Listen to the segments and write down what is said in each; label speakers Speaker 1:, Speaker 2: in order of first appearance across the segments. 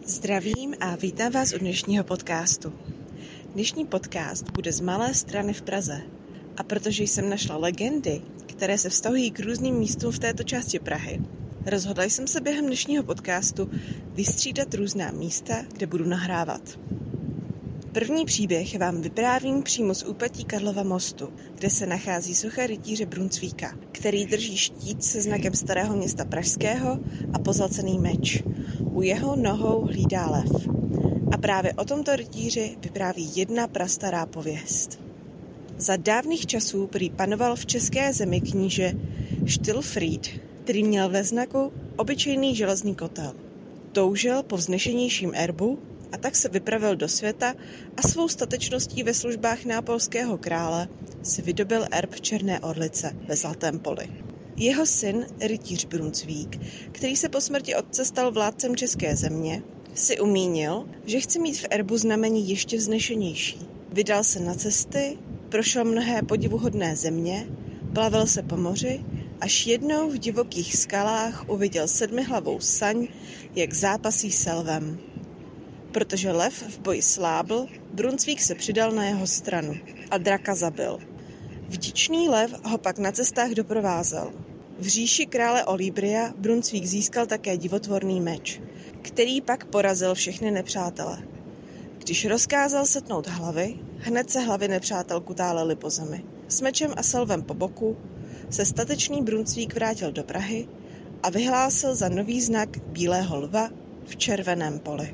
Speaker 1: Zdravím a vítám vás u dnešního podcastu. Dnešní podcast bude z Malé Strany v Praze. A protože jsem našla legendy, které se vztahují k různým místům v této části Prahy, rozhodla jsem se během dnešního podcastu vystřídat různá místa, kde budu nahrávat. První příběh vám vyprávím přímo z úpatí Karlova mostu, kde se nachází socha rytíře Brunsvíka, který drží štít se znakem starého města pražského a pozlacený meč. U jeho nohou hlídá lev. A právě o tomto rytíři vypráví jedna prastará pověst. Za dávných časů prý panoval v české zemi kníže Štilfríd, který měl ve znaku obyčejný železný kotel. Toužil po vznešenějším erbu a tak se vypravil do světa a svou statečností ve službách nápolského krále si vydobil erb Černé Orlice ve Zlatém poli. Jeho syn, rytíř Brunsvík, který se po smrti otce stal vládcem české země, si umínil, že chce mít v erbu znamení ještě vznešenější. Vydal se na cesty, prošel mnohé podivuhodné země, plavil se po moři, až jednou v divokých skalách uviděl sedmihlavou saň, jak zápasí s lvem. Protože lev v boji slábl, Brunsvík se přidal na jeho stranu a draka zabil. Vděčný lev ho pak na cestách doprovázel. V říši krále Olibria Brunsvík získal také divotvorný meč, který pak porazil všechny nepřátele. Když rozkázal setnout hlavy, hned se hlavy nepřátel tálely po zemi. S mečem a selvem po boku se statečný Brunsvík vrátil do Prahy a vyhlásil za nový znak bílého lva v červeném poli.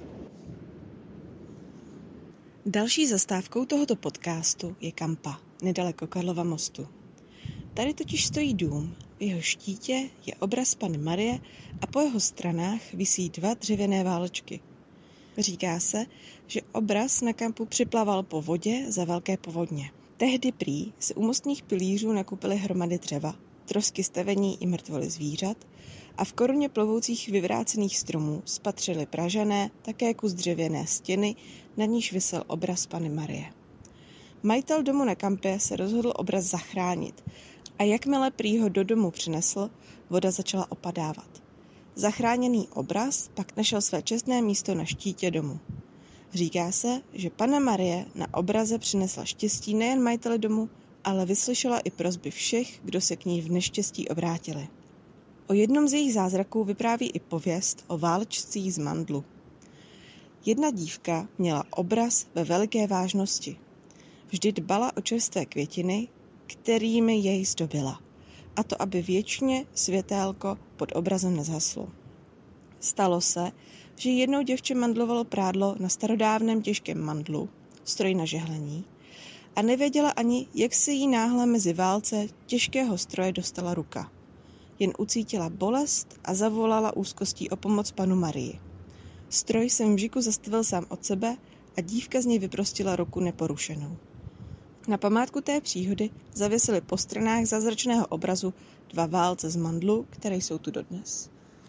Speaker 1: Další zastávkou tohoto podcastu je Kampa, nedaleko Karlova mostu. Tady totiž stojí dům, v jeho štítě je obraz Panny Marie a po jeho stranách visí dva dřevěné válečky. Říká se, že obraz na Kampu připlaval po vodě za velké povodně. Tehdy prý se u mostních pilířů nakupily hromady dřeva, trosky stavení i mrtvoly zvířat a v koruně plovoucích vyvrácených stromů spatřili Pražané také kus dřevěné stěny, na níž visel obraz Panny Marie. Majitel domu na Kampě se rozhodl obraz zachránit a jakmile prý ho do domu přinesl, voda začala opadávat. Zachráněný obraz pak našel své čestné místo na štítě domu. Říká se, že Panna Marie na obraze přinesla štěstí nejen majiteli domu, ale vyslyšela i prosby všech, kdo se k ní v neštěstí obrátili. O jednom z jejich zázraků vypráví i pověst o válečcích z mandlu. Jedna dívka měla obraz ve veliké vážnosti. Vždy dbala o čerstvé květiny, kterými jej zdobila, a to aby věčně světélko pod obrazem nezhaslo. Stalo se, že jednou děvče mandlovalo prádlo na starodávném těžkém mandlu, stroj na žehlení, a nevěděla ani, jak se jí náhle mezi válce těžkého stroje dostala ruka. Jen ucítila bolest a zavolala úzkostí o pomoc Pannu Marii. Stroj se v vžiku zastavil sám od sebe a dívka z něj vyprostila ruku neporušenou. Na památku té příhody zavěsili po stranách zázračného obrazu dva válce z mandlu, které jsou tu dodnes.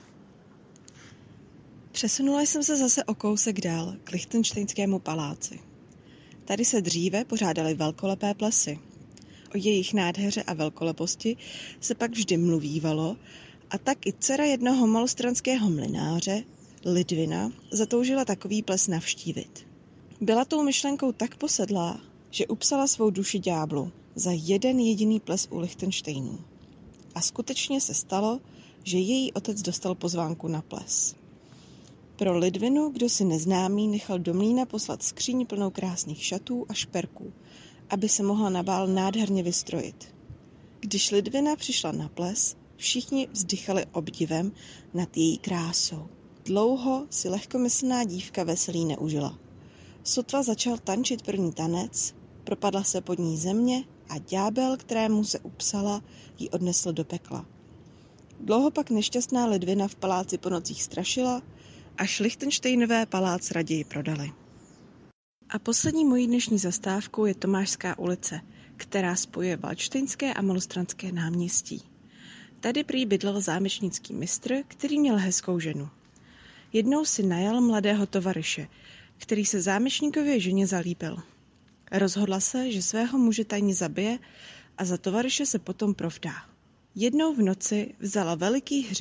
Speaker 1: Přesunula jsem se zase o kousek dál k Lichtenštejnskému paláci. Tady se dříve pořádaly velkolepé plesy. O jejich nádheře a velkoleposti se pak vždy mluvívalo a tak i dcera jednoho malostranského mlynáře, Lidvina, zatoužila takový ples navštívit. Byla tou myšlenkou tak posedlá, že upsala svou duši ďáblu za jeden jediný ples u Lichtenštejnů. A skutečně se stalo, že její otec dostal pozvánku na ples. Pro Lidvinu, kdo si neznámý, nechal do mlýna poslat skříň plnou krásných šatů a šperků, aby se mohla na bál nádherně vystrojit. Když Lidvina přišla na ples, všichni vzdychali obdivem nad její krásou. Dlouho si lehkomyslná dívka veselí neužila. Sotva začal tančit první tanec, propadla se pod ní země a ďábel, kterému se upsala, ji odnesl do pekla. Dlouho pak nešťastná Lidvina v paláci po nocích strašila, až Lichtenštejnové palác raději prodali. A poslední mojí dnešní zastávkou je Tomášská ulice, která spojuje Valdštejnské a Malostranské náměstí. Tady prý bydlel zámečnický mistr, který měl hezkou ženu. Jednou si najal mladého tovaryše, který se zámečníkově ženě zalíbil. Rozhodla se, že svého muže tajně zabije a za tovaryše se potom provdá. Jednou v noci vzala veliký hřeb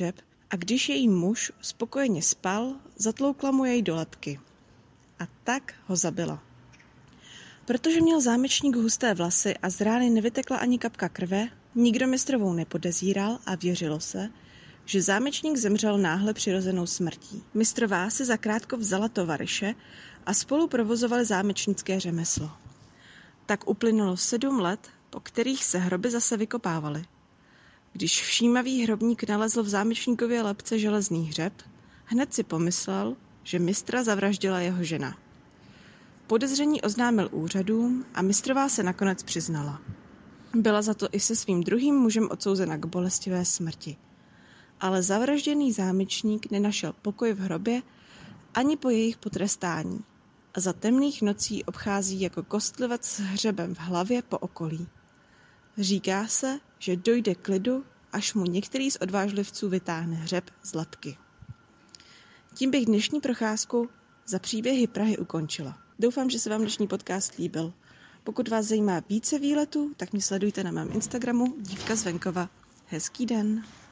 Speaker 1: A když její muž spokojeně spal, zatloukla mu jej do lebky. A tak ho zabila. Protože měl zámečník husté vlasy a z rány nevytekla ani kapka krve, nikdo mistrovou nepodezíral a věřilo se, že zámečník zemřel náhle přirozenou smrtí. Mistrová si zakrátko vzala tovaryše a spolu provozovali zámečnické řemeslo. Tak uplynulo 7 let, po kterých se hroby zase vykopávaly. Když všímavý hrobník nalezl v zámečníkově lebce železný hřeb, hned si pomyslel, že mistra zavraždila jeho žena. Podezření oznámil úřadům a mistrová se nakonec přiznala. Byla za to i se svým druhým mužem odsouzena k bolestivé smrti. Ale zavražděný zámečník nenašel pokoj v hrobě ani po jejich potrestání a za temných nocí obchází jako kostlivec s hřebem v hlavě po okolí. Říká se, že dojde k lidu, až mu některý z odvážlivců vytáhne hřeb z lebky. Tím bych dnešní procházku za příběhy Prahy ukončila. Doufám, že se vám dnešní podcast líbil. Pokud vás zajímá více výletů, tak mě sledujte na mém Instagramu Dívka z venkova. Hezký den!